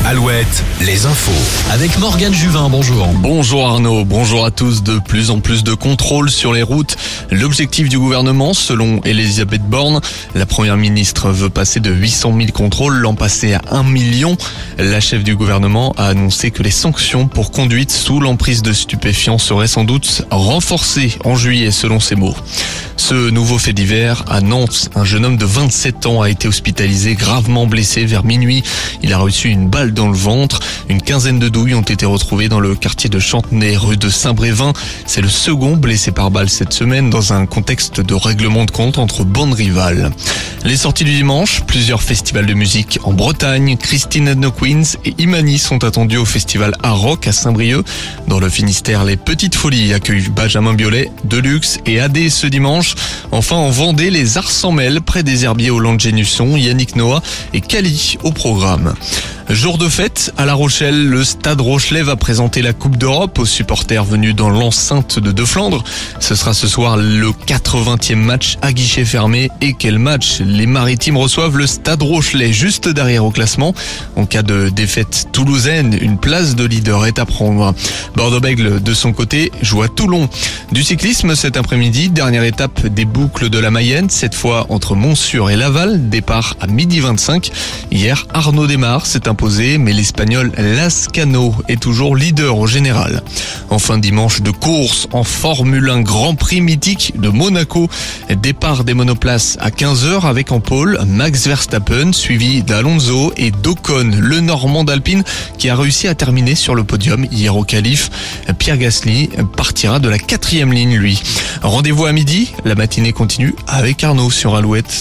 Alouette, les infos. Avec Morgane Juvin, bonjour. Bonjour Arnaud, bonjour à tous. De plus en plus de contrôles sur les routes. L'objectif du gouvernement, selon Elisabeth Borne, la première ministre veut passer de 800 000 contrôles l'an passé à 1 million. La chef du gouvernement a annoncé que les sanctions pour conduite sous l'emprise de stupéfiants seraient sans doute renforcées en juillet, selon ses mots. Ce nouveau fait divers, à Nantes, un jeune homme de 27 ans a été hospitalisé gravement blessé vers minuit. Il a reçu une balle dans le ventre. Une quinzaine de douilles ont été retrouvées dans le quartier de Chantenay, rue de Saint-Brévin. C'est le second blessé par balle cette semaine dans un contexte de règlement de compte entre bandes rivales. Les sorties du dimanche, plusieurs festivals de musique en Bretagne, Christine and the Queens et Imani sont attendus au festival Art Rock à Saint-Brieuc. Dans le Finistère, les Petites Folies accueillent Benjamin Biolay, Deluxe et AD ce dimanche. Enfin, en Vendée, les Arts sans mêle près des Herbiers au Landgenusson, Yannick Noah et Cali au programme. Jour de fête à La Rochelle, le Stade Rochelais va présenter la Coupe d'Europe aux supporters venus dans l'enceinte de Flandre. Ce sera ce soir le 80e match à guichet fermé. Et quel match! Les Maritimes reçoivent le Stade Rochelais juste derrière au classement. En cas de défaite toulousaine, une place de leader est à prendre. Bordeaux-Bègles, de son côté, joue à Toulon. Du cyclisme cet après-midi, dernière étape des boucles de la Mayenne, cette fois entre Montsûr et Laval, départ à 12h25. Hier, Arnaud Démare s'est imposé, mais l'Espagnol Lascano est toujours leader au général. En fin de dimanche de course en Formule 1 Grand Prix mythique de Monaco. Départ des monoplaces à 15h avec en pôle Max Verstappen, suivi d'Alonso et d'Ocon, le Normand d'Alpine, qui a réussi à terminer sur le podium hier au qualif. Pierre Gasly partira de la 4e ligne, lui. Rendez-vous à midi, la matinée continue avec Arnaud sur Alouette.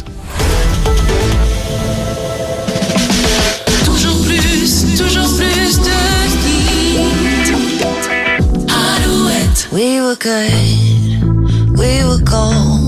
Toujours plus de hits. Alouette. We were good, we were gold.